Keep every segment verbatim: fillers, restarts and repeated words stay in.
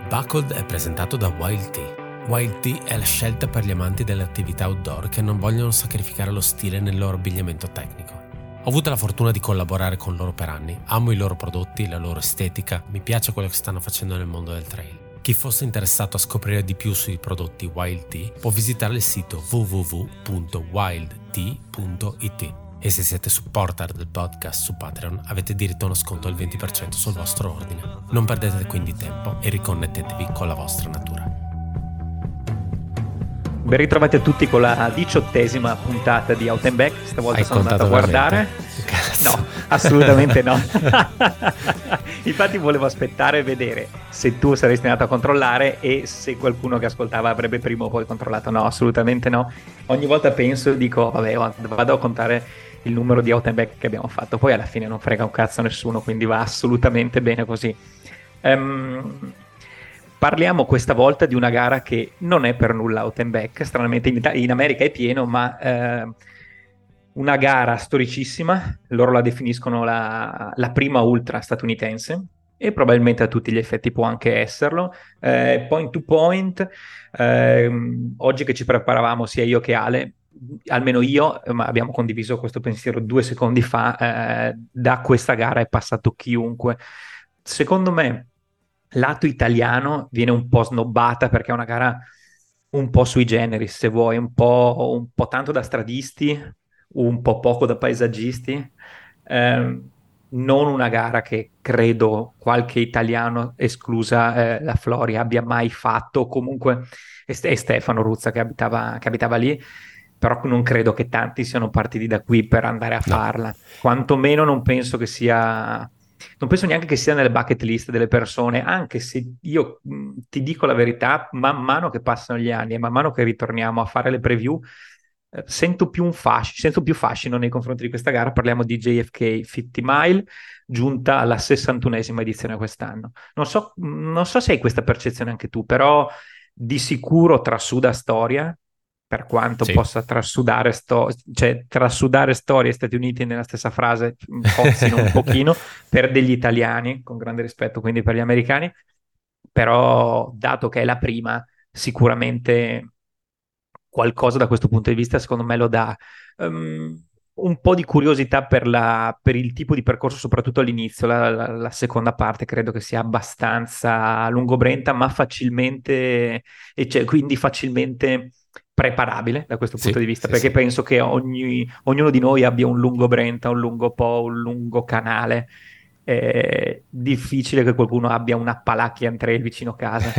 Buckled è presentato da Wild Tea. Wild Tea è la scelta per gli amanti delle attività outdoor che non vogliono sacrificare lo stile nel loro abbigliamento tecnico. Ho avuto la fortuna di collaborare con loro per anni, amo i loro prodotti, la loro estetica, mi piace quello che stanno facendo nel mondo del trail. Chi fosse interessato a scoprire di più sui prodotti Wild Tea può visitare il sito w w w punto wild tea punto i t. E se siete supporter del podcast su Patreon avete diritto a uno sconto del venti per cento sul vostro ordine. Non perdete quindi tempo e riconnettetevi con la vostra natura. Ben ritrovati a tutti con la diciottesima puntata di Out and Back. Stavolta Hai sono andato a contato guardare. No, assolutamente no. Infatti volevo aspettare e vedere se tu saresti andato a controllare e se qualcuno che ascoltava avrebbe prima o poi controllato. No, assolutamente no. Ogni volta penso e dico, vabbè, vado a contare il numero di Out and Back che abbiamo fatto. Poi alla fine non frega un cazzo a nessuno, quindi va assolutamente bene così. Um, Parliamo questa volta di una gara che non è per nulla Out and Back, stranamente in, Ita- in America è pieno, ma eh, una gara storicissima, loro la definiscono la, la prima ultra statunitense e probabilmente a tutti gli effetti può anche esserlo. Eh, point to point, ehm, oggi che ci preparavamo sia io che Ale, almeno io, ma abbiamo condiviso questo pensiero due secondi fa, eh, da questa gara è passato chiunque. Secondo me lato italiano viene un po' snobbata perché è una gara un po' sui generis, se vuoi, un po', un po' tanto da stradisti, un po' poco da paesaggisti. Eh, non una gara che credo qualche italiano, esclusa eh, la Floria, abbia mai fatto, comunque e, Ste- e Stefano Ruzza che abitava, che abitava lì, però non credo che tanti siano partiti da qui per andare a No. farla. Quantomeno non penso che sia... Non penso neanche che sia nelle bucket list delle persone, anche se io mh, ti dico la verità, man mano che passano gli anni e man mano che ritorniamo a fare le preview, eh, sento più un fascino, sento più fascino nei confronti di questa gara. Parliamo di J F K cinquanta Mile, giunta alla sessantunesima edizione quest'anno. Non so, non so se hai questa percezione anche tu, però di sicuro trasuda storia, per quanto Sì. possa trasudare, sto- cioè, trasudare storia e Stati Uniti nella stessa frase, fozzino un pochino, per degli italiani, con grande rispetto quindi per gli americani, però dato che è la prima, sicuramente qualcosa da questo punto di vista secondo me lo dà. Um, un po' di curiosità per, la, per il tipo di percorso, soprattutto all'inizio. La, la, la seconda parte credo che sia abbastanza lungobrenta, ma facilmente, e cioè, quindi facilmente preparabile da questo Sì, punto di vista, sì, perché sì. penso che ogni, ognuno di noi abbia un lungo Brenta, un lungo Po, un lungo canale. È difficile che qualcuno abbia una Appalachian Trail vicino casa.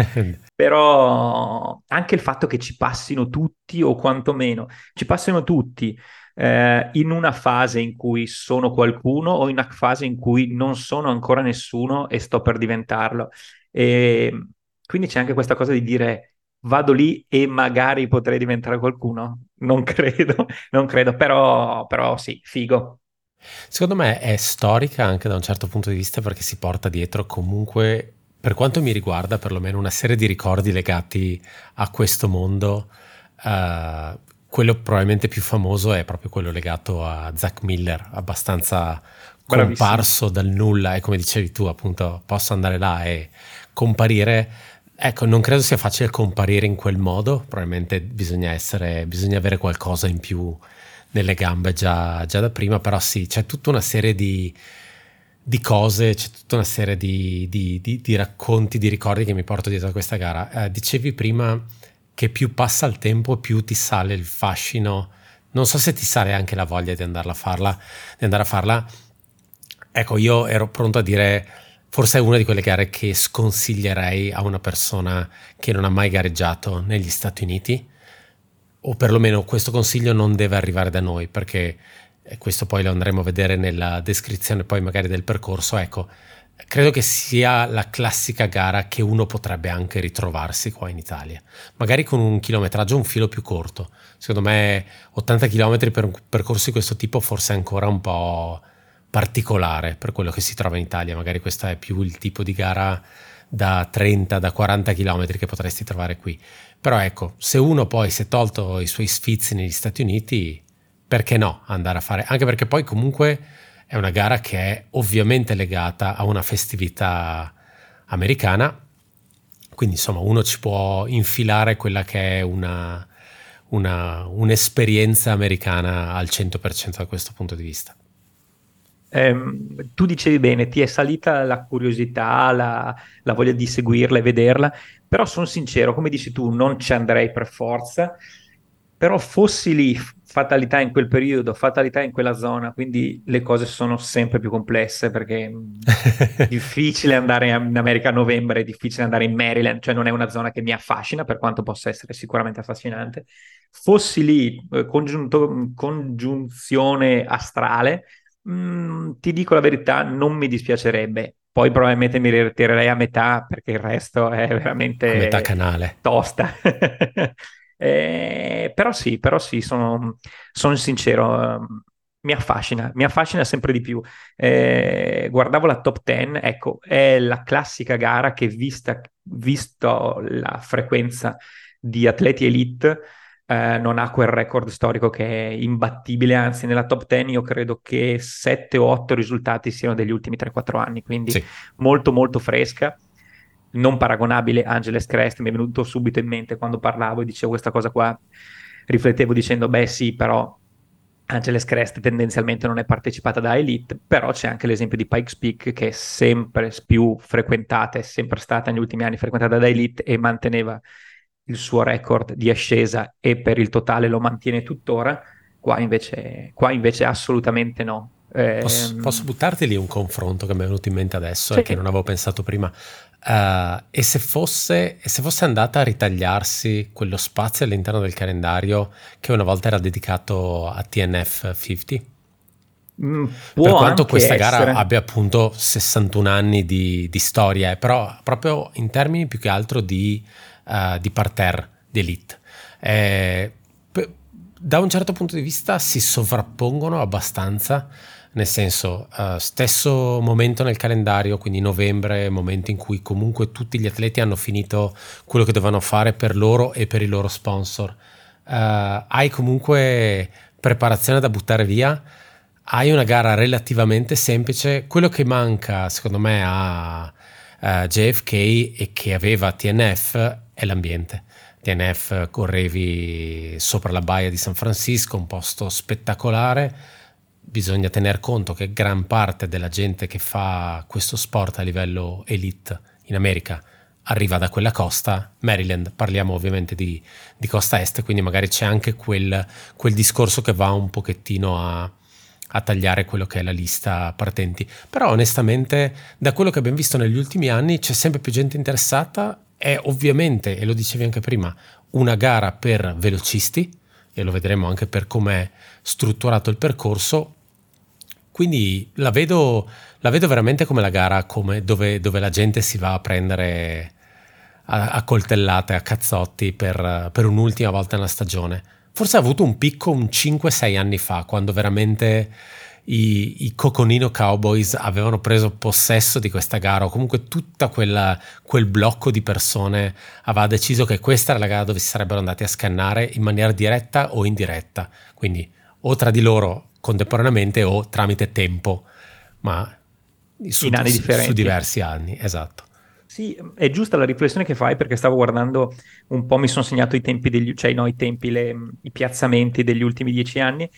Però anche il fatto che ci passino tutti, o quantomeno ci passino tutti eh, in una fase in cui sono qualcuno o in una fase in cui non sono ancora nessuno e sto per diventarlo. E quindi c'è anche questa cosa di dire vado lì e magari potrei diventare qualcuno. Non credo, non credo, però, però sì, figo. Secondo me è storica anche da un certo punto di vista perché si porta dietro comunque, per quanto mi riguarda, perlomeno una serie di ricordi legati a questo mondo. Uh, quello probabilmente più famoso è proprio quello legato a Zach Miller, abbastanza comparso dal nulla, e come dicevi tu appunto posso andare là e comparire. Ecco, non credo sia facile comparire in quel modo, probabilmente bisogna essere, bisogna avere qualcosa in più nelle gambe già, già da prima, però sì, c'è tutta una serie di, di cose, c'è tutta una serie di, di, di, di racconti, di ricordi che mi porto dietro a questa gara. Eh, dicevi prima che più passa il tempo più ti sale il fascino, non so se ti sale anche la voglia di andarla a farla, di andare a farla. Ecco, io ero pronto a dire forse è una di quelle gare che sconsiglierei a una persona che non ha mai gareggiato negli Stati Uniti, o perlomeno questo consiglio non deve arrivare da noi, perché questo poi lo andremo a vedere nella descrizione poi magari del percorso. Ecco, credo che sia la classica gara che uno potrebbe anche ritrovarsi qua in Italia, magari con un chilometraggio un filo più corto. Secondo me ottanta chilometri per un percorso di questo tipo forse è ancora un po' particolare per quello che si trova in Italia. Magari questa è più il tipo di gara da trenta, da quaranta chilometri che potresti trovare qui. Però ecco, se uno poi si è tolto i suoi sfizi negli Stati Uniti, perché no andare a fare? Anche perché poi comunque è una gara che è ovviamente legata a una festività americana, Quindi insomma uno ci può infilare quella che è una, una- un'esperienza americana al cento per cento da questo punto di vista. Ehm, tu dicevi bene, ti è salita la curiosità, la, la voglia di seguirla e vederla, però sono sincero, come dici tu, non ci andrei per forza, però fossi lì, f- fatalità in quel periodo, fatalità in quella zona, quindi le cose sono sempre più complesse perché mh, difficile andare in America a novembre, è difficile andare in Maryland, cioè non è una zona che mi affascina, per quanto possa essere sicuramente affascinante. Fossi lì, eh, congiunto- congiunzione astrale. Mm, ti dico la verità, non mi dispiacerebbe. Poi probabilmente mi ritirerei a metà perché il resto è A metà veramente canale. tosta. Eh, però sì, però sì, sono, sono sincero, ehm, mi affascina, mi affascina sempre di più. Eh, guardavo la top dieci, ecco, è la classica gara che vista, visto la frequenza di atleti elite, eh, non ha quel record storico che è imbattibile, anzi nella top dieci io credo che sette o otto risultati siano degli ultimi tre quattro anni, quindi Sì. molto molto fresca, non paragonabile a Angeles Crest, mi è venuto subito in mente quando parlavo e dicevo questa cosa qua, riflettevo dicendo, beh sì, però Angeles Crest tendenzialmente non è partecipata da Elite, però c'è anche l'esempio di Pikes Peak che è sempre più frequentata, è sempre stata negli ultimi anni frequentata da Elite e manteneva il suo record di ascesa e per il totale lo mantiene tuttora. Qua invece, qua invece assolutamente no. Posso, posso Ehm, buttarti lì un confronto che mi è venuto in mente adesso e sì, che non avevo pensato prima. Eh, e se fosse, e se fosse andata a ritagliarsi quello spazio all'interno del calendario che una volta era dedicato a T N F cinquanta? mm, Per può quanto anche questa gara essere. abbia appunto sessantuno anni di, di storia, eh, però proprio in termini più che altro di, eh, di parterre, di elite. Eh, pe- Da un certo punto di vista si sovrappongono abbastanza, nel senso, eh, stesso momento nel calendario, quindi novembre, momento in cui comunque tutti gli atleti hanno finito quello che dovevano fare per loro e per i loro sponsor. Eh, hai comunque preparazione da buttare via, hai una gara relativamente semplice. Quello che manca, secondo me, a eh, J F K e che aveva T N F è l'ambiente. T N F correvi sopra la baia di San Francisco, un posto spettacolare. Bisogna tener conto che gran parte della gente che fa questo sport a livello elite in America arriva da quella costa. Maryland, parliamo ovviamente di, di costa est, quindi magari c'è anche quel, quel discorso che va un pochettino a, a tagliare quello che è la lista partenti. Però onestamente, da quello che abbiamo visto negli ultimi anni, c'è sempre più gente interessata. È ovviamente, e lo dicevi anche prima, una gara per velocisti, e lo vedremo anche per come è strutturato il percorso. Quindi la vedo, la vedo veramente come la gara come dove, dove la gente si va a prendere a, a coltellate, a cazzotti per, per un'ultima volta nella stagione. Forse ha avuto un picco un cinque sei anni fa, quando veramente i, i Coconino Cowboys avevano preso possesso di questa gara, o comunque tutto quel blocco di persone aveva deciso che questa era la gara dove si sarebbero andati a scannare in maniera diretta o indiretta, quindi o tra di loro contemporaneamente o tramite tempo, ma su, In anni su, su differenti. diversi anni, esatto. Sì, è giusta la riflessione che fai perché stavo guardando un po', mi sono segnato i tempi degli, cioè no, i tempi, le- i piazzamenti degli ultimi dieci anni.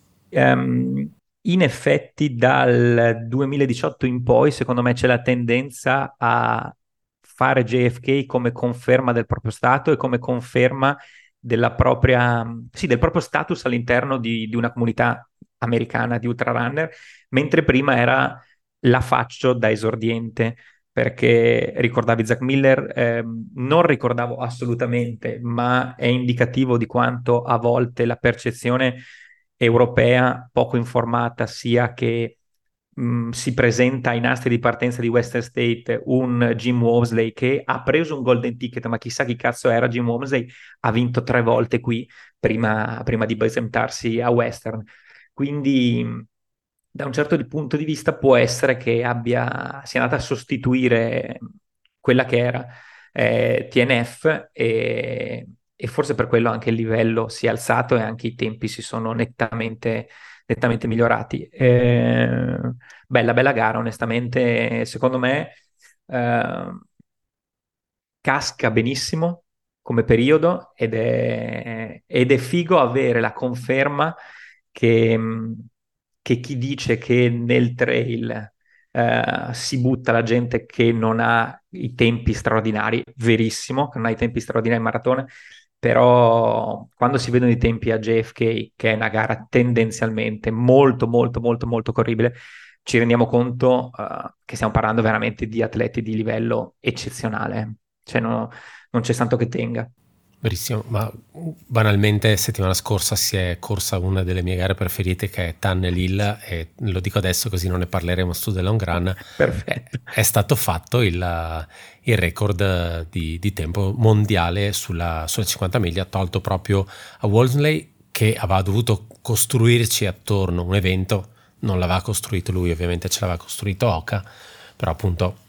Ehm, In effetti dal duemiladiciotto in poi, secondo me c'è la tendenza a fare J F K come conferma del proprio stato e come conferma della propria, sì, del proprio status all'interno di, di una comunità americana di ultrarunner, mentre prima era la faccio da esordiente perché ricordavi Zach Miller, ehm, non ricordavo assolutamente, ma è indicativo di quanto a volte la percezione europea poco informata sia che mh, si presenta ai nastri di partenza di Western State un Jim Wormsley che ha preso un golden ticket, ma chissà chi cazzo era Jim Wormsley, ha vinto tre volte qui prima, prima di presentarsi a Western. Quindi da un certo di- punto di vista può essere che abbia, sia andata a sostituire quella che era eh, T N F e, e forse per quello anche il livello si è alzato e anche i tempi si sono nettamente, nettamente migliorati. Eh, bella, bella gara, onestamente, secondo me. eh, casca benissimo come periodo ed è, ed è figo avere la conferma che, mh, che chi dice che nel trail eh, si butta la gente che non ha i tempi straordinari, verissimo, che non ha i tempi straordinari in maratona, però quando si vedono i tempi a J F K, che è una gara tendenzialmente molto, molto, molto, molto corribile, ci rendiamo conto eh, che stiamo parlando veramente di atleti di livello eccezionale, cioè no- non c'è santo che tenga. Verissimo, ma banalmente settimana scorsa si è corsa una delle mie gare preferite che è Tunnel Hill e lo dico adesso così non ne parleremo su The Long Run. È, Perfetto. è stato fatto il, il record di, di tempo mondiale sulla, sulla cinquanta miglia, tolto proprio a Wolseley, che aveva dovuto costruirci attorno un evento, non l'aveva costruito lui, ovviamente ce l'aveva costruito Oka, però appunto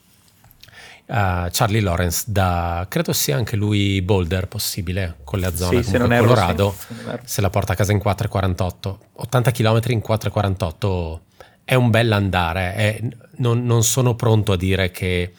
uh, Charlie Lawrence da, credo sia anche lui Boulder possibile, con la zona Sì, se comunque non erro, sì. Colorado, Se non erro. se la porta a casa in quattro e quarantotto, ottanta chilometri in quattro e quarantotto è un bell'andare, è, non, non sono pronto a dire che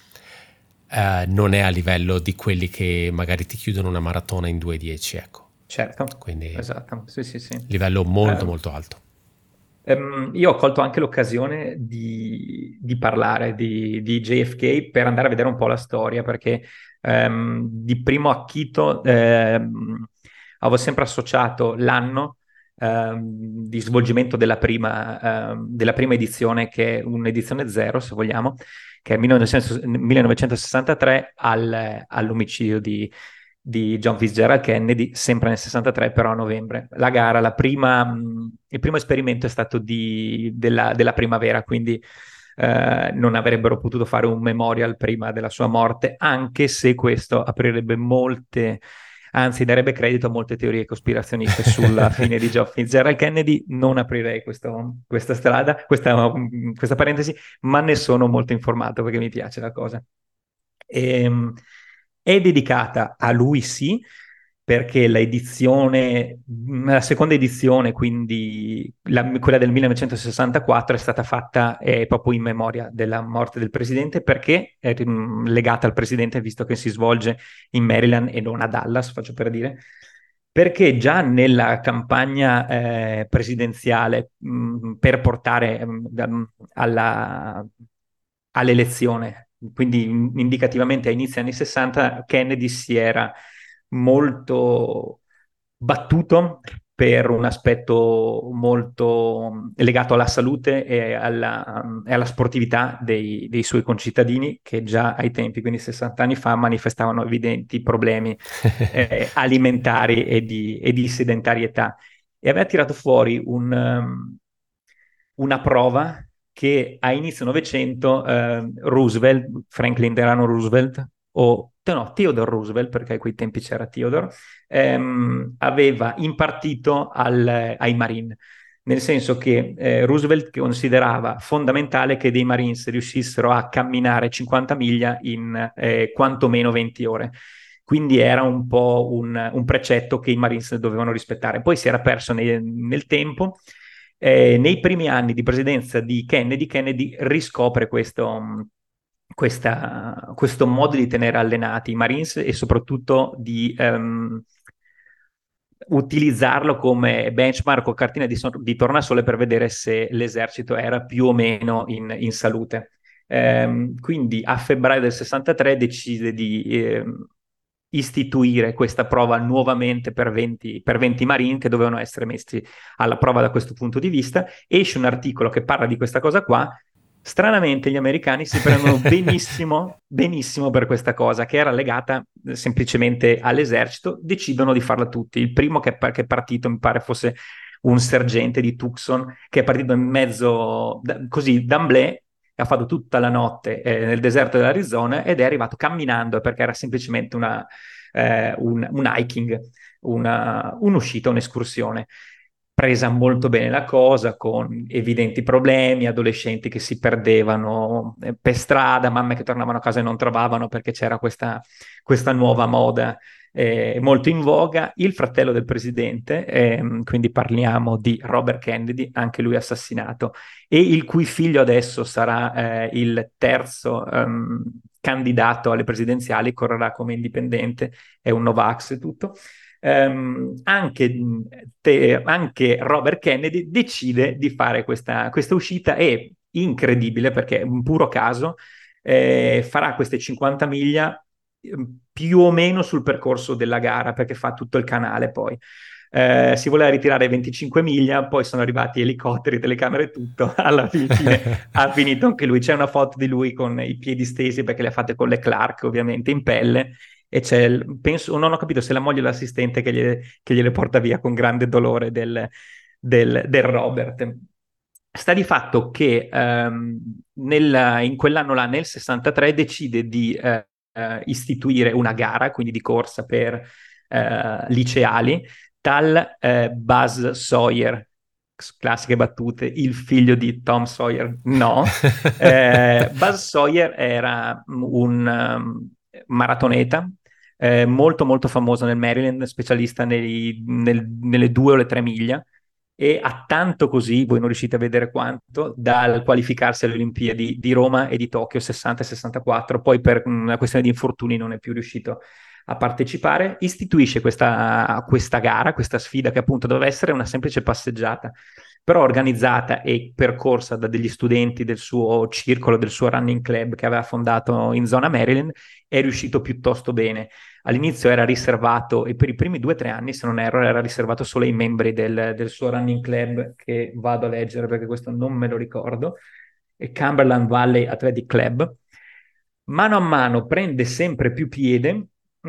uh, non è a livello di quelli che magari ti chiudono una maratona in due e dieci, ecco, Certo, quindi esatto, sì, sì, sì. livello molto Eh, molto alto. Ehm, io ho colto anche l'occasione di, di parlare di, di J F K per andare a vedere un po' la storia, perché ehm, di primo acchito ehm, avevo sempre associato l'anno ehm, di svolgimento della prima, ehm, della prima edizione, che è un'edizione zero, se vogliamo, che è millenovecento millenovecentosessantatré, al- all'omicidio di di John Fitzgerald Kennedy, sempre nel sessantatré, però a novembre. La gara, la prima, mh, il primo esperimento è stato di- della, della primavera, quindi eh, non avrebbero potuto fare un memorial prima della sua morte, anche se questo aprirebbe molte, anzi darebbe credito a molte teorie cospirazioniste sulla fine di John Fitzgerald Kennedy. Non aprirei questo- questa strada, questa, mh, questa parentesi, ma ne sono molto informato perché mi piace la cosa. Ehm, è dedicata a lui, sì, perché la edizione, la seconda edizione, quindi la- quella del millenovecentosessantaquattro, è stata fatta eh, proprio in memoria della morte del presidente, perché è mm, legata al presidente, visto che si svolge in Maryland e non a Dallas, faccio per dire. Perché già nella campagna eh, presidenziale mh, per portare mh, da- alla, all'elezione, quindi in- indicativamente a inizi anni sessanta, Kennedy si era molto battuto per un aspetto molto legato alla salute e alla, e alla sportività dei, dei suoi concittadini, che già ai tempi, quindi sessanta anni fa, manifestavano evidenti problemi eh, alimentari e di, e di sedentarietà. E aveva tirato fuori un, um, una prova che a inizio Novecento eh, Roosevelt, Franklin Delano Roosevelt, o no, Theodore Roosevelt, perché a quei tempi c'era Theodore, ehm, aveva impartito al- ai Marine, nel senso che eh, Roosevelt considerava fondamentale che dei Marines riuscissero a camminare cinquanta miglia in eh, quantomeno venti ore. Quindi era un po' un, un precetto che i Marines dovevano rispettare. Poi si era perso nei- nel tempo. Eh, nei primi anni di presidenza di Kennedy, Kennedy riscopre questo, mh, questa- questo modo di tenere allenati i Marines e soprattutto di ehm, utilizzarlo come benchmark o cartina di, so- di tornasole per vedere se l'esercito era più o meno in, in salute. Ehm, quindi a febbraio del sessantatré decide di ehm, istituire questa prova nuovamente per venti, per venti Marine che dovevano essere messi alla prova da questo punto di vista. Esce un articolo che parla di questa cosa qua. Stranamente gli americani si prendono benissimo, benissimo per questa cosa, che era legata eh, semplicemente all'esercito. Decidono di farla tutti. Il primo che, che è partito, mi pare fosse un sergente di Tucson, che è partito in mezzo, da, così, d'amblè, ha fatto tutta la notte eh, nel deserto dell'Arizona ed è arrivato camminando, perché era semplicemente una, eh, un, un hiking, una, un'uscita, un'escursione. Presa molto bene la cosa, con evidenti problemi, adolescenti che si perdevano eh, per strada, mamme che tornavano a casa e non trovavano perché c'era questa, questa nuova moda eh, molto in voga. Il fratello del presidente, ehm, quindi parliamo di Robert Kennedy, anche lui assassinato, e il cui figlio adesso sarà eh, il terzo, ehm, candidato alle presidenziali, correrà come indipendente, è un Novax e tutto. Um, anche, te, anche Robert Kennedy decide di fare questa, questa uscita e, incredibile perché è un puro caso, eh, farà queste cinquanta miglia più o meno sul percorso della gara, perché fa tutto il canale poi. Eh, si voleva ritirare venticinque miglia, poi sono arrivati elicotteri, telecamere e tutto, alla fine ha finito anche lui. C'è una foto di lui con i piedi stesi, perché le ha fatte con le Clark, ovviamente, in pelle, e c'è, penso, non ho capito se la moglie o l'assistente che gliele, che gliele porta via con grande dolore del, del, del Robert. Sta di fatto che um, nel, in quell'anno là, nel sessantatré, decide di uh, uh, istituire una gara, quindi di corsa per uh, liceali, tal uh, Buzz Sawyer, classiche battute, il figlio di Tom Sawyer, no. eh, Buzz Sawyer era un um, maratoneta, eh, molto molto famoso nel Maryland, specialista nei, nel, nelle due o le tre miglia, e ha tanto così, voi non riuscite a vedere quanto, dal qualificarsi alle Olimpiadi di Roma e di Tokyo sessanta e sessantaquattro, poi per una questione di infortuni non è più riuscito a partecipare. Istituisce questa, questa gara, questa sfida, che appunto doveva essere una semplice passeggiata, però organizzata e percorsa da degli studenti del suo circolo, del suo running club che aveva fondato in zona Maryland. È riuscito piuttosto bene. All'inizio era riservato, e per i primi due o tre anni, se non erro, era riservato solo ai membri del, del suo running club, che vado a leggere perché questo non me lo ricordo, e Cumberland Valley Athletic Club. Mano a mano prende sempre più piede,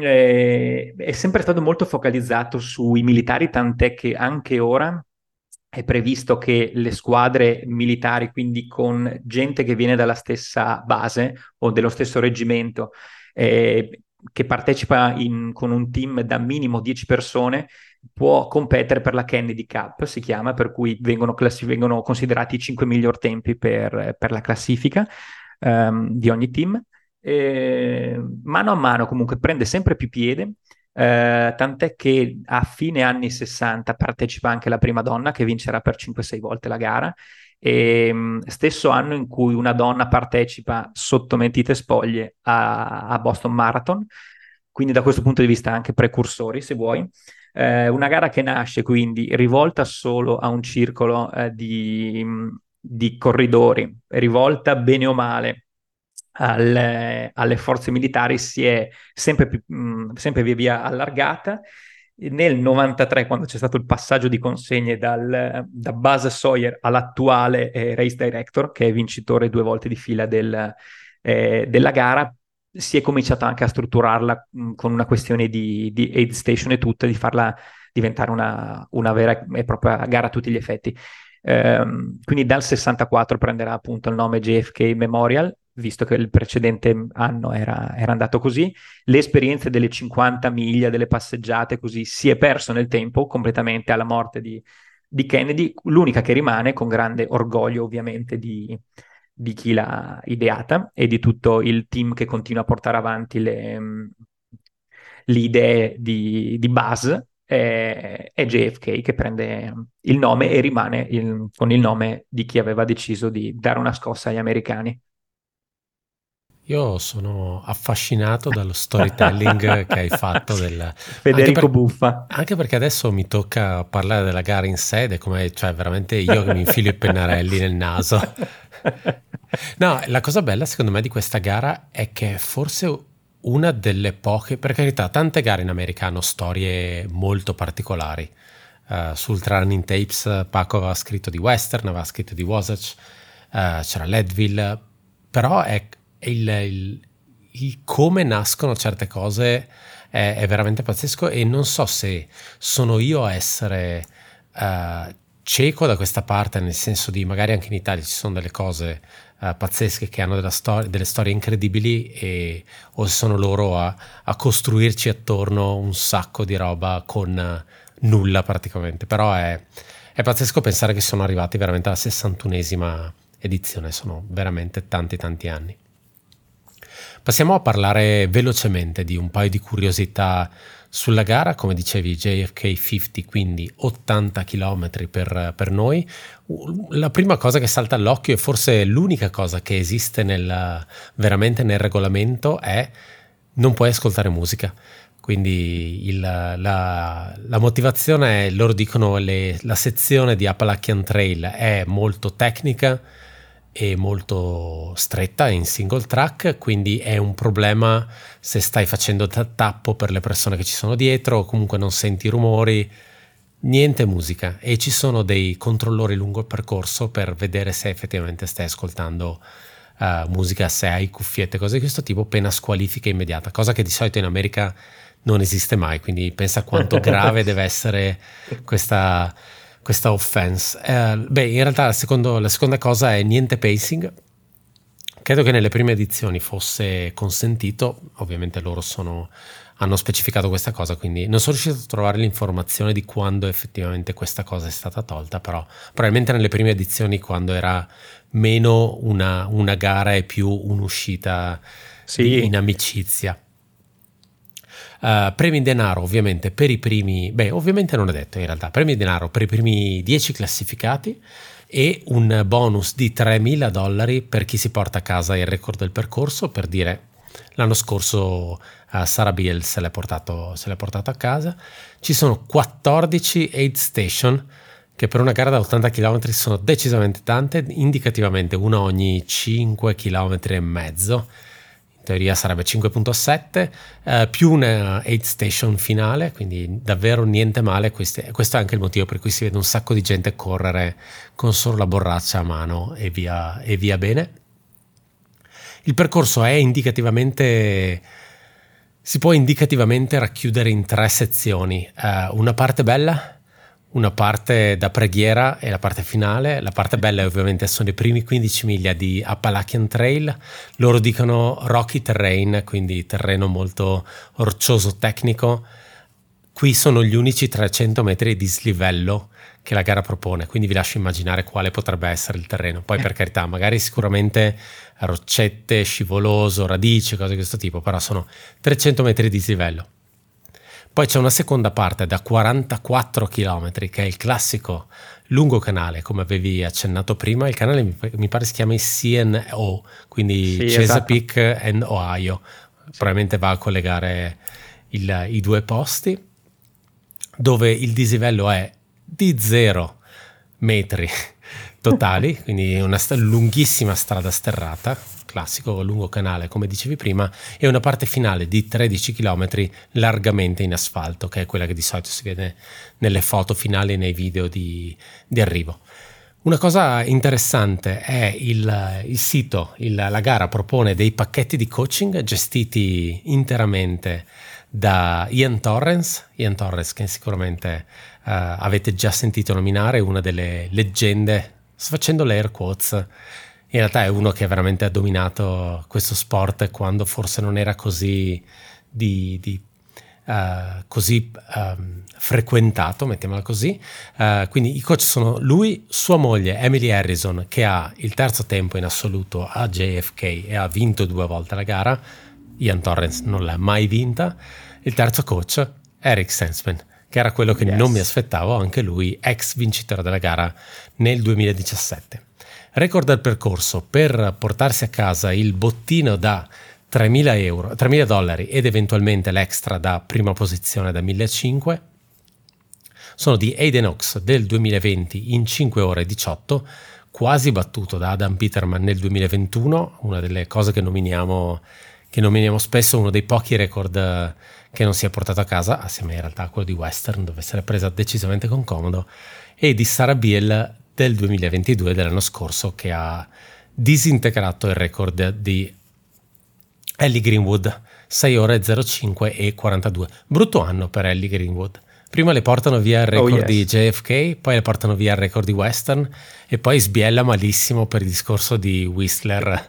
eh, è sempre stato molto focalizzato sui militari, tant'è che anche ora è previsto che le squadre militari, quindi con gente che viene dalla stessa base o dello stesso reggimento, eh, che partecipa in, con un team da minimo dieci persone, può competere per la Kennedy Cup, si chiama, per cui vengono, classi- vengono considerati i cinque miglior tempi per, per la classifica um, di ogni team. E, mano a mano comunque prende sempre più piede. Eh, tant'è che a fine anni sessanta partecipa anche la prima donna, che vincerà per cinque sei volte la gara, e mh, stesso anno in cui una donna partecipa sotto mentite spoglie a, a Boston Marathon, quindi da questo punto di vista anche precursori, se vuoi. Eh, una gara che nasce quindi rivolta solo a un circolo eh, di, di corridori, rivolta bene o male alle, alle forze militari, si è sempre, più, mh, sempre via via allargata. Nel novantatré, quando c'è stato il passaggio di consegne dal, da Buzz Sawyer all'attuale eh, race director, che è vincitore due volte di fila del, eh, della gara, si è cominciato anche a strutturarla mh, con una questione di, di aid station e tutto, di farla diventare una, una vera e propria gara a tutti gli effetti. Um, quindi dal sessantaquattro prenderà appunto il nome J F K Memorial, visto che il precedente anno era, era andato così. Le esperienze delle cinquanta miglia, delle passeggiate così, si è perso nel tempo completamente alla morte di, di Kennedy. L'unica che rimane, con grande orgoglio ovviamente di, di chi l'ha ideata e di tutto il team che continua a portare avanti le, le idee di, di Buzz, è, è J F K, che prende il nome e rimane il, con il nome di chi aveva deciso di dare una scossa agli americani. Io sono affascinato dallo storytelling che hai fatto del... Federico anche per... Buffa. Anche perché adesso mi tocca parlare della gara in sé, ed è come, cioè, veramente io che mi infilo i pennarelli nel naso. No, la cosa bella secondo me di questa gara è che è forse una delle poche, per carità, tante gare in America hanno storie molto particolari. Uh, su Ultra Running Tapes Paco aveva scritto di Western, aveva scritto di Wasatch, uh, c'era Leadville, però è il, il, il come nascono certe cose è, è veramente pazzesco, e non so se sono io a essere uh, cieco da questa parte, nel senso di magari anche in Italia ci sono delle cose uh, pazzesche che hanno della stor- delle storie incredibili, e, o se sono loro a, a costruirci attorno un sacco di roba con uh, nulla praticamente. Però è, è pazzesco pensare che sono arrivati veramente alla sessantunesima edizione, sono veramente tanti tanti anni. Passiamo a parlare velocemente di un paio di curiosità sulla gara, come dicevi J F K cinquanta, quindi ottanta chilometri per, per noi. La prima cosa che salta all'occhio, e forse l'unica cosa che esiste nel, veramente nel regolamento, è non puoi ascoltare musica. Quindi il, la, la motivazione è, loro dicono, le, la sezione di Appalachian Trail è molto tecnica e molto stretta, in single track, quindi è un problema se stai facendo tappo per le persone che ci sono dietro, o comunque non senti rumori, niente musica, e ci sono dei controllori lungo il percorso per vedere se effettivamente stai ascoltando uh, musica, se hai cuffiette, cose di questo tipo, pena squalifica immediata, cosa che di solito in America non esiste mai, quindi pensa quanto grave deve essere questa questa offense. Eh, beh, in realtà la, secondo, la seconda cosa è niente pacing. Credo che nelle prime edizioni fosse consentito, ovviamente loro sono, hanno specificato questa cosa, quindi non sono riuscito a trovare l'informazione di quando effettivamente questa cosa è stata tolta, però probabilmente nelle prime edizioni, quando era meno una, una gara e più un'uscita sì. di, in amicizia. Uh, premi in denaro ovviamente per i primi, beh ovviamente non è detto in realtà, premi in denaro per i primi dieci classificati e un bonus di tremila dollari per chi si porta a casa il record del percorso. Per dire, l'anno scorso uh, Sarah Biel se l'è portato, se l'è portato a casa. Ci sono quattordici aid station, che per una gara da ottanta chilometri sono decisamente tante, indicativamente una ogni cinque chilometri e mezzo. In teoria sarebbe cinque virgola sette, eh, più una aid station finale, quindi davvero niente male. Questi, questo è anche il motivo per cui si vede un sacco di gente correre con solo la borraccia a mano e via, e via bene. Il percorso è indicativamente, si può indicativamente racchiudere in tre sezioni, eh, una parte bella, una parte da preghiera e la parte finale. La parte bella ovviamente sono i primi quindici miglia di Appalachian Trail. Loro dicono rocky terrain, quindi terreno molto roccioso, tecnico. Qui sono gli unici trecento metri di dislivello che la gara propone, quindi vi lascio immaginare quale potrebbe essere il terreno. Poi per carità, magari sicuramente roccette, scivoloso, radici, cose di questo tipo, però sono trecento metri di dislivello. Poi c'è una seconda parte da quarantaquattro chilometri, che è il classico lungo canale, come avevi accennato prima. Il canale mi, mi pare si chiami C N O, quindi sì, Chesapeake esatto. and Ohio. Sì. Probabilmente va a collegare il, i due posti, dove il dislivello è di zero metri totali, quindi una st- lunghissima strada sterrata, classico lungo canale come dicevi prima, e una parte finale di tredici chilometri largamente in asfalto, che è quella che di solito si vede nelle foto finali e nei video di, di arrivo. Una cosa interessante è il, il sito, il, la gara propone dei pacchetti di coaching gestiti interamente da Ian Torrens, Ian Torrens che sicuramente uh, avete già sentito nominare, una delle leggende, sto facendo le air quotes. In realtà è uno che veramente ha dominato questo sport quando forse non era così, di, di, uh, così um, frequentato, mettiamola così. Uh, quindi i coach sono lui, sua moglie Emily Harrison, che ha il terzo tempo in assoluto a J F K e ha vinto due volte la gara. Ian Torrens non l'ha mai vinta. Il terzo coach, Eric Sensman, che era quello che yes. non mi aspettavo, anche lui ex vincitore della gara nel duemiladiciassette. Record del percorso per portarsi a casa il bottino da tremila euro, tremila dollari ed eventualmente l'extra da prima posizione da millecinquecento sono di Hayden Oaks del duemilaventi in cinque ore e diciotto, quasi battuto da Adam Peterman nel duemilaventuno, una delle cose che nominiamo, che nominiamo spesso, uno dei pochi record che non si è portato a casa, assieme in realtà a quello di Western, dove si era presa decisamente con comodo, e di Sarah Biel del duemilaventidue, dell'anno scorso, che ha disintegrato il record di Ellie Greenwood, sei ore zero cinque e quarantadue. Brutto anno per Ellie Greenwood. Prima le portano via il record oh, yes. di J F K, poi le portano via il record di Western e poi sbiella malissimo per il discorso di Whistler.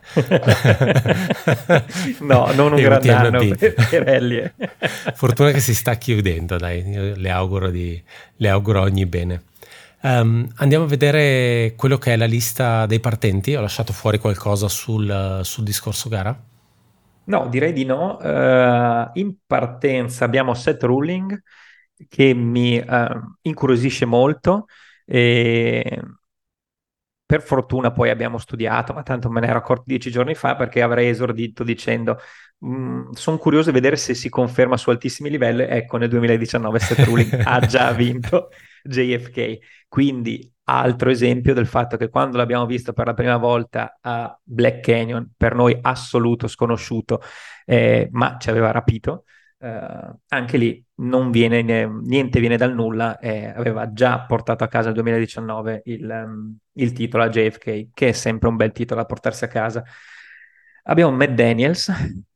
No, non un grande anno per, per Ellie. Fortuna che si sta chiudendo, dai, io le auguro, di, le auguro ogni bene. Um, andiamo a vedere quello che è la lista dei partenti. Ho lasciato fuori qualcosa sul, sul discorso gara? No, direi di no. Eh, in partenza abbiamo Seth Ruling che mi eh, incuriosisce molto e per fortuna poi abbiamo studiato, ma tanto me ne ero accorto dieci giorni fa perché avrei esordito dicendo sono curioso di vedere se si conferma su altissimi livelli. Ecco, nel duemiladiciannove Seth Ruling ha già vinto J F K. Quindi altro esempio del fatto che quando l'abbiamo visto per la prima volta a Black Canyon, per noi assoluto sconosciuto, eh, ma ci aveva rapito, eh, anche lì non viene, niente viene dal nulla, eh, aveva già portato a casa nel duemiladiciannove il, um, il titolo a J F K, che è sempre un bel titolo da portarsi a casa. Abbiamo Matt Daniels,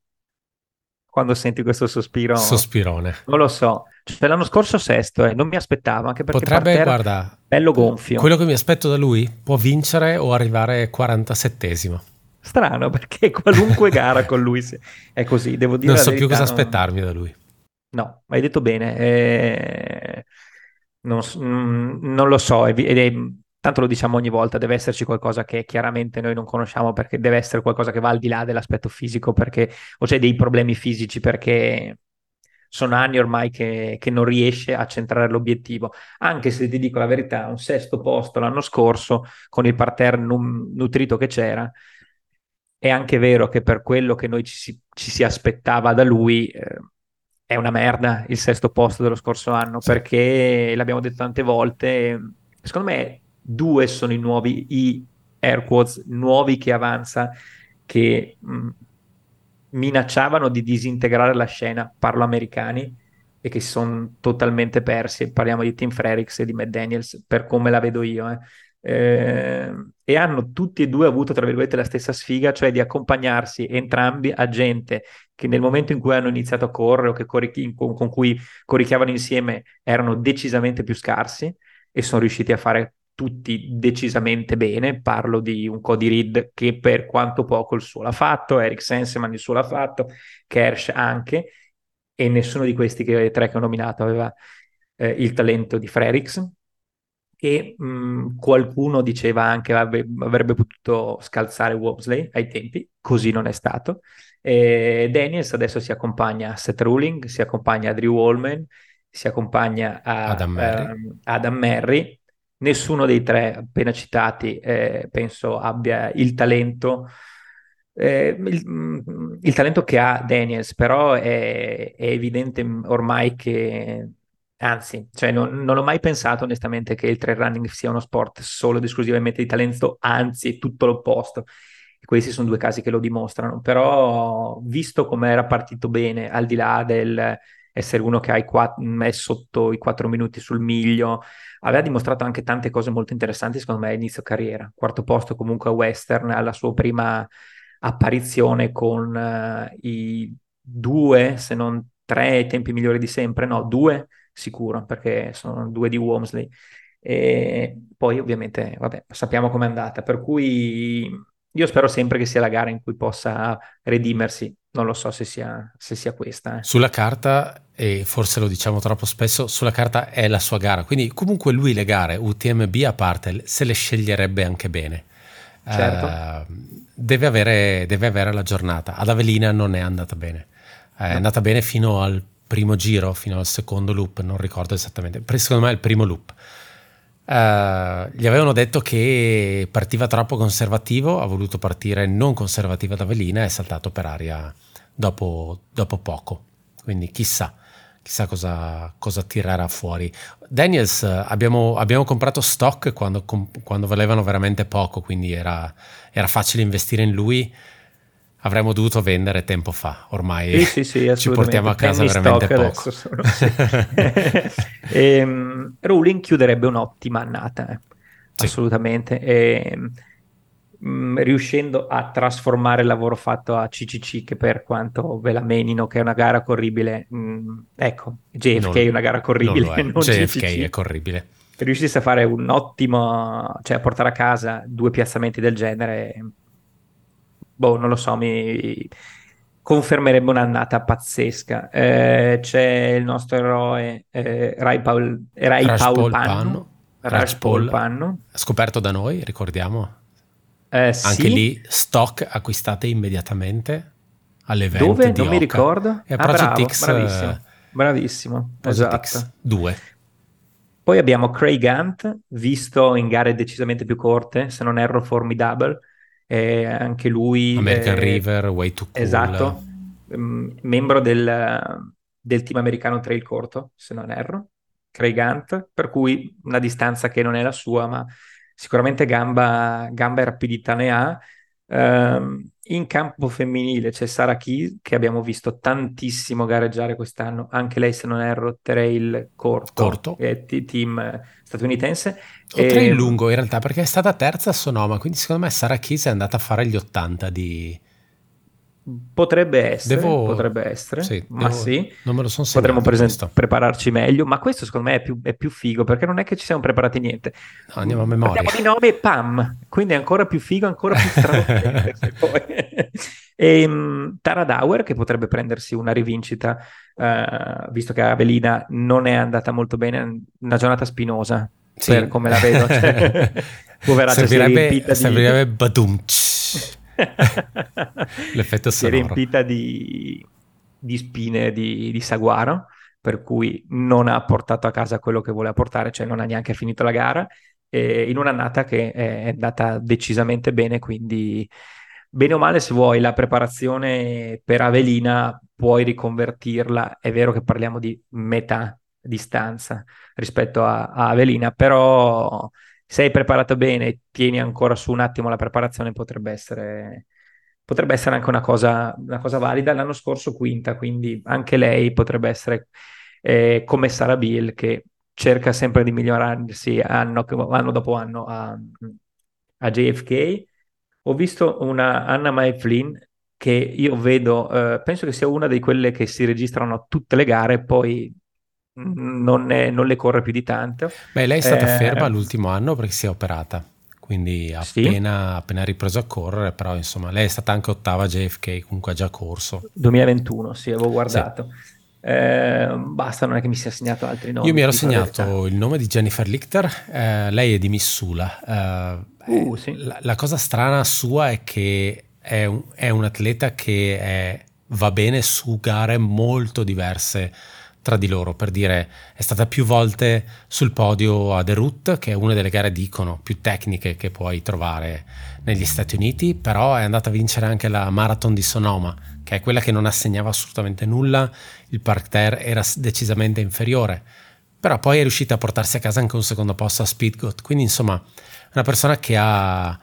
quando senti questo sospiro, Sospirone. non lo so, cioè, l'anno scorso sesto, eh, non mi aspettavo, anche perché Potrebbe, parterre guarda, bello eh, gonfio. quello che mi aspetto da lui può vincere o arrivare quarantasettesimo. Strano, perché qualunque gara con lui si- è così, devo dire Non la so più verità. cosa Non... aspettarmi da lui. No, hai detto bene. eh, Non, s- mm, non lo so, ed è- tanto lo diciamo ogni volta, deve esserci qualcosa che chiaramente noi non conosciamo perché deve essere qualcosa che va al di là dell'aspetto fisico perché, o c'è dei problemi fisici perché sono anni ormai che, che non riesce a centrare l'obiettivo. Anche se ti dico la verità, un sesto posto l'anno scorso con il parterre num- nutrito che c'era, è anche vero che per quello che noi ci si, ci si aspettava da lui, eh, è una merda il sesto posto dello scorso anno, Sì, perché l'abbiamo detto tante volte, secondo me due sono i nuovi, i air quotes nuovi che avanza, che mh, minacciavano di disintegrare la scena, parlo americani, e che si sono totalmente persi. Parliamo di Tim Frerichs e di Matt Daniels, per come la vedo io, eh. Eh, e hanno tutti e due avuto, tra virgolette, la stessa sfiga, cioè di accompagnarsi entrambi a gente che nel momento in cui hanno iniziato a correre o che corri- con, con cui corricchiavano insieme erano decisamente più scarsi e sono riusciti a fare tutti decisamente bene. Parlo di un Cody Reed che per quanto poco il suo l'ha fatto, Eric Senseman il suo l'ha fatto, Kersh anche, e nessuno di questi che, tre che ho nominato aveva eh, il talento di Frerix, e mh, qualcuno diceva anche che avrebbe potuto scalzare Wobsley ai tempi, così non è stato. E Daniels adesso si accompagna a Seth Ruling, si accompagna a Drew Wallman, si accompagna a Adam Merry. ehm, Adam Merry. Nessuno dei tre appena citati eh, penso abbia il talento, eh, il, mm, il talento che ha Daniels, però è, è evidente ormai che, anzi, cioè non, non ho mai pensato onestamente che il trail running sia uno sport solo ed esclusivamente di talento, anzi è tutto l'opposto. E questi sono due casi che lo dimostrano, però visto come era partito bene, al di là del essere uno che ha i quatt- è sotto i quattro minuti sul miglio, aveva dimostrato anche tante cose molto interessanti, secondo me, a inizio carriera. Quarto posto comunque a Western, alla sua prima apparizione con eh, i due, se non tre, i tempi migliori di sempre, no, due sicuro, perché sono due di Walmsley. E poi ovviamente, vabbè, sappiamo com'è andata, per cui io spero sempre che sia la gara in cui possa redimersi. Non lo so se sia, se sia questa. eh. Sulla carta, e forse lo diciamo troppo spesso, sulla carta è la sua gara, quindi comunque lui le gare U T M B a parte se le sceglierebbe anche bene. Certo, Eh, deve avere, deve avere la giornata. Ad Avellina non è andata bene, è no. andata bene fino al primo giro, fino al secondo loop, non ricordo esattamente, secondo me è il primo loop. Uh, gli avevano detto che partiva troppo conservativo, ha voluto partire non conservativo ad Avellina e è saltato per aria dopo, dopo poco. Quindi chissà, chissà cosa, cosa tirerà fuori. Daniels, uh, abbiamo, abbiamo comprato stock quando, com, quando valevano veramente poco, quindi era, era facile investire in lui. Avremmo dovuto vendere tempo fa, ormai Sì, sì, sì, ci portiamo assolutamente. a casa Penny veramente stock poco. adesso sono, sì. Ehm, Rowling chiuderebbe un'ottima annata, eh, Sì, assolutamente. Ehm, mh, riuscendo a trasformare il lavoro fatto a C C C, che per quanto ve la menino che è una gara corribile, mh, ecco, J F K è non, una gara non corribile, lo è. non J F K è C C C. corribile. Riuscisse a fare un ottimo, cioè a portare a casa due piazzamenti del genere, boh, non lo so, mi confermerebbe un'annata pazzesca. Eh, c'è il nostro eroe, eh, Rai Paul, Rai Raj Paul Paul Pannu, Panno, Raj Raj Paul Paul, Pannu. scoperto da noi, ricordiamo. Eh, Anche sì, lì stock acquistate immediatamente all'event Dove? di Non mi Oka. ricordo. È Ah, Project bravo, X, bravissimo, eh, bravissimo, Project esatto. X due. Poi abbiamo Craig Hunt, visto in gare decisamente più corte, se non erro Formidable, eh, anche lui, American eh, River, Way Too Cool. esatto, mm, membro del, del team americano trail corto, se non erro, Craig Hunt, per cui una distanza che non è la sua, ma sicuramente gamba, gamba e rapidità ne ha. Ehm, in campo femminile c'è Sara Key, che abbiamo visto tantissimo gareggiare quest'anno, anche lei se non erro trail corto, Corto. e t- team eh, statunitense. O trail E, lungo in realtà, perché è stata terza a Sonoma, quindi secondo me Sara Keys è andata a fare gli ottanta di... potrebbe essere, Devo... potrebbe essere, Sì, ma devo... sì, non me lo sono potremmo segnato presen- questo. prepararci meglio, ma questo secondo me è più, è più figo, perché non è che ci siamo preparati niente. No, andiamo a Mm, memoria. Parliamo di nome e pam, quindi è ancora più figo, ancora più stravolgente. Se poi. E, mh, Tara Dauer, che potrebbe prendersi una rivincita, eh, visto che Avelina non è andata molto bene, una giornata spinosa, per Sì. come la vedo, cioè, poveraccia si è servirebbe, riempita di... servirebbe badumc. L'effetto si è sonoro. riempita di, di spine di, di saguaro, per cui non ha portato a casa quello che voleva portare, cioè non ha neanche finito la gara, e in un'annata che è andata decisamente bene, quindi bene o male, se vuoi, la preparazione per Avelina puoi riconvertirla. È vero che parliamo di metà distanza rispetto a, a Avelina, però se hai preparato bene e tieni ancora su un attimo la preparazione, potrebbe essere, potrebbe essere anche una cosa, una cosa valida. L'anno scorso quinta, quindi anche lei potrebbe essere eh, come Sarah Bill, che cerca sempre di migliorarsi anno, anno dopo anno a, a J F K. Ho visto una Anna Mae Flynn che io vedo, eh, penso che sia una di quelle che si registrano a tutte le gare, poi mm, non, ne- non le corre più di tanto. Beh, lei è stata ferma Eh, l'ultimo anno perché si è operata, quindi ha sì, appena, appena ripreso a correre, però insomma lei è stata anche ottava a J F K, comunque ha già corso. duemilaventuno, sì, avevo Sì. guardato. Eh, basta, non è che mi sia segnato altri Io mi nomi, ti ero dico la verità. segnato il nome di Jennifer Lichter, eh, lei è di Missula. Eh, eh, Uh, sì. la, la cosa strana sua è che è un, è un atleta che è- va bene su gare molto diverse tra di loro. Per dire, è stata più volte sul podio a The Route, che è una delle gare dicono più tecniche che puoi trovare negli Stati Uniti, però è andata a vincere anche la Marathon di Sonoma, che è quella che non assegnava assolutamente nulla, il parterre era s- decisamente inferiore, però poi è riuscita a portarsi a casa anche un secondo posto a Speedgoat, quindi insomma una persona che ha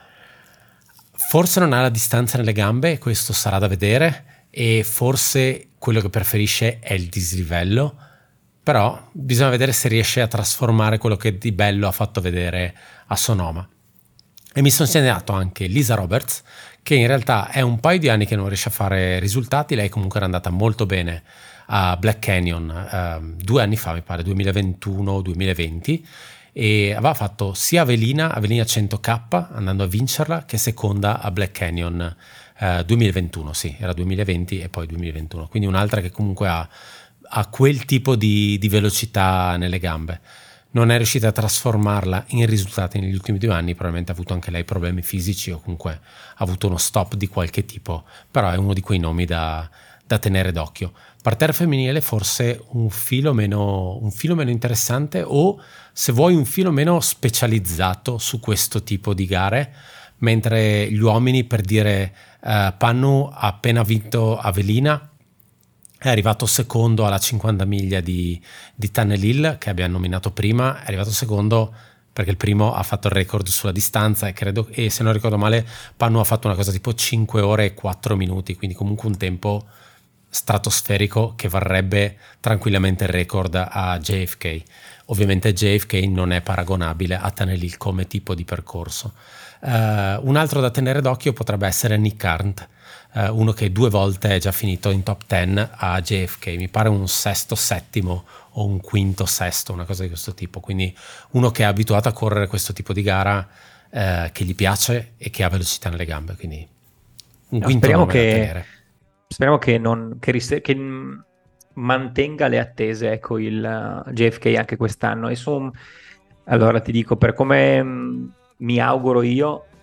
forse non ha la distanza nelle gambe, questo sarà da vedere, e forse quello che preferisce è il dislivello, però bisogna vedere se riesce a trasformare quello che di bello ha fatto vedere a Sonoma. E mi sono segnato anche Lisa Roberts, che in realtà è un paio di anni che non riesce a fare risultati. Lei comunque era andata molto bene a Black Canyon ehm, due anni fa, mi pare, duemilaventuno duemilaventi, e aveva fatto sia Avelina, Avelina cento K, andando a vincerla, che seconda a Black Canyon eh, duemilaventuno, sì, era duemilaventi e poi duemilaventuno. Quindi un'altra che comunque ha, ha quel tipo di, di velocità nelle gambe. Non è riuscita a trasformarla in risultati negli ultimi due anni, probabilmente ha avuto anche lei problemi fisici o comunque ha avuto uno stop di qualche tipo, però è uno di quei nomi da, da tenere d'occhio. Parterre femminile forse un filo meno, un filo meno interessante, o se vuoi un filo meno specializzato su questo tipo di gare, mentre gli uomini, per dire, eh, Pannu ha appena vinto Avelina, è arrivato secondo alla cinquanta miglia di, di Tunnel Hill, che abbiamo nominato prima, è arrivato secondo perché il primo ha fatto il record sulla distanza, e credo, e se non ricordo male Pannu ha fatto una cosa tipo cinque ore e quattro minuti, quindi comunque un tempo stratosferico che varrebbe tranquillamente il record a J F K. Ovviamente J F K non è paragonabile a Tunnel Hill come tipo di percorso. Uh, un altro da tenere d'occhio potrebbe essere Nick Arndt, uh, uno che due volte è già finito in top dieci a J F K, mi pare un sesto settimo o un quinto sesto, una cosa di questo tipo, quindi uno che è abituato a correre questo tipo di gara, uh, che gli piace e che ha velocità nelle gambe, quindi un No, quinto speriamo nome da che, tenere. speriamo che, non, che, ris- che, mh, mantenga le attese, ecco, il uh, J F K anche quest'anno. E su, allora ti dico, per come mh, mi auguro io,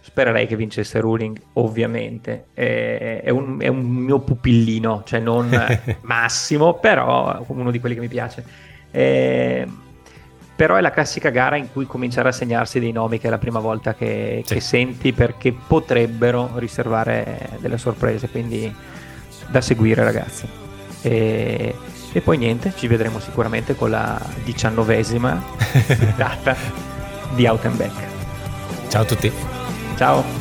Spererei che vincesse Ruling, ovviamente. È, è, un, è un mio pupillino, cioè non massimo, però uno di quelli che mi piace. Eh, però è la classica gara in cui cominciare a segnarsi dei nomi che è la prima volta che, Sì. che senti, perché potrebbero riservare delle sorprese, quindi da seguire, ragazzi. E, e poi niente, ci vedremo sicuramente con la diciannovesima puntata di Out and Back. Ciao a tutti. Ciao.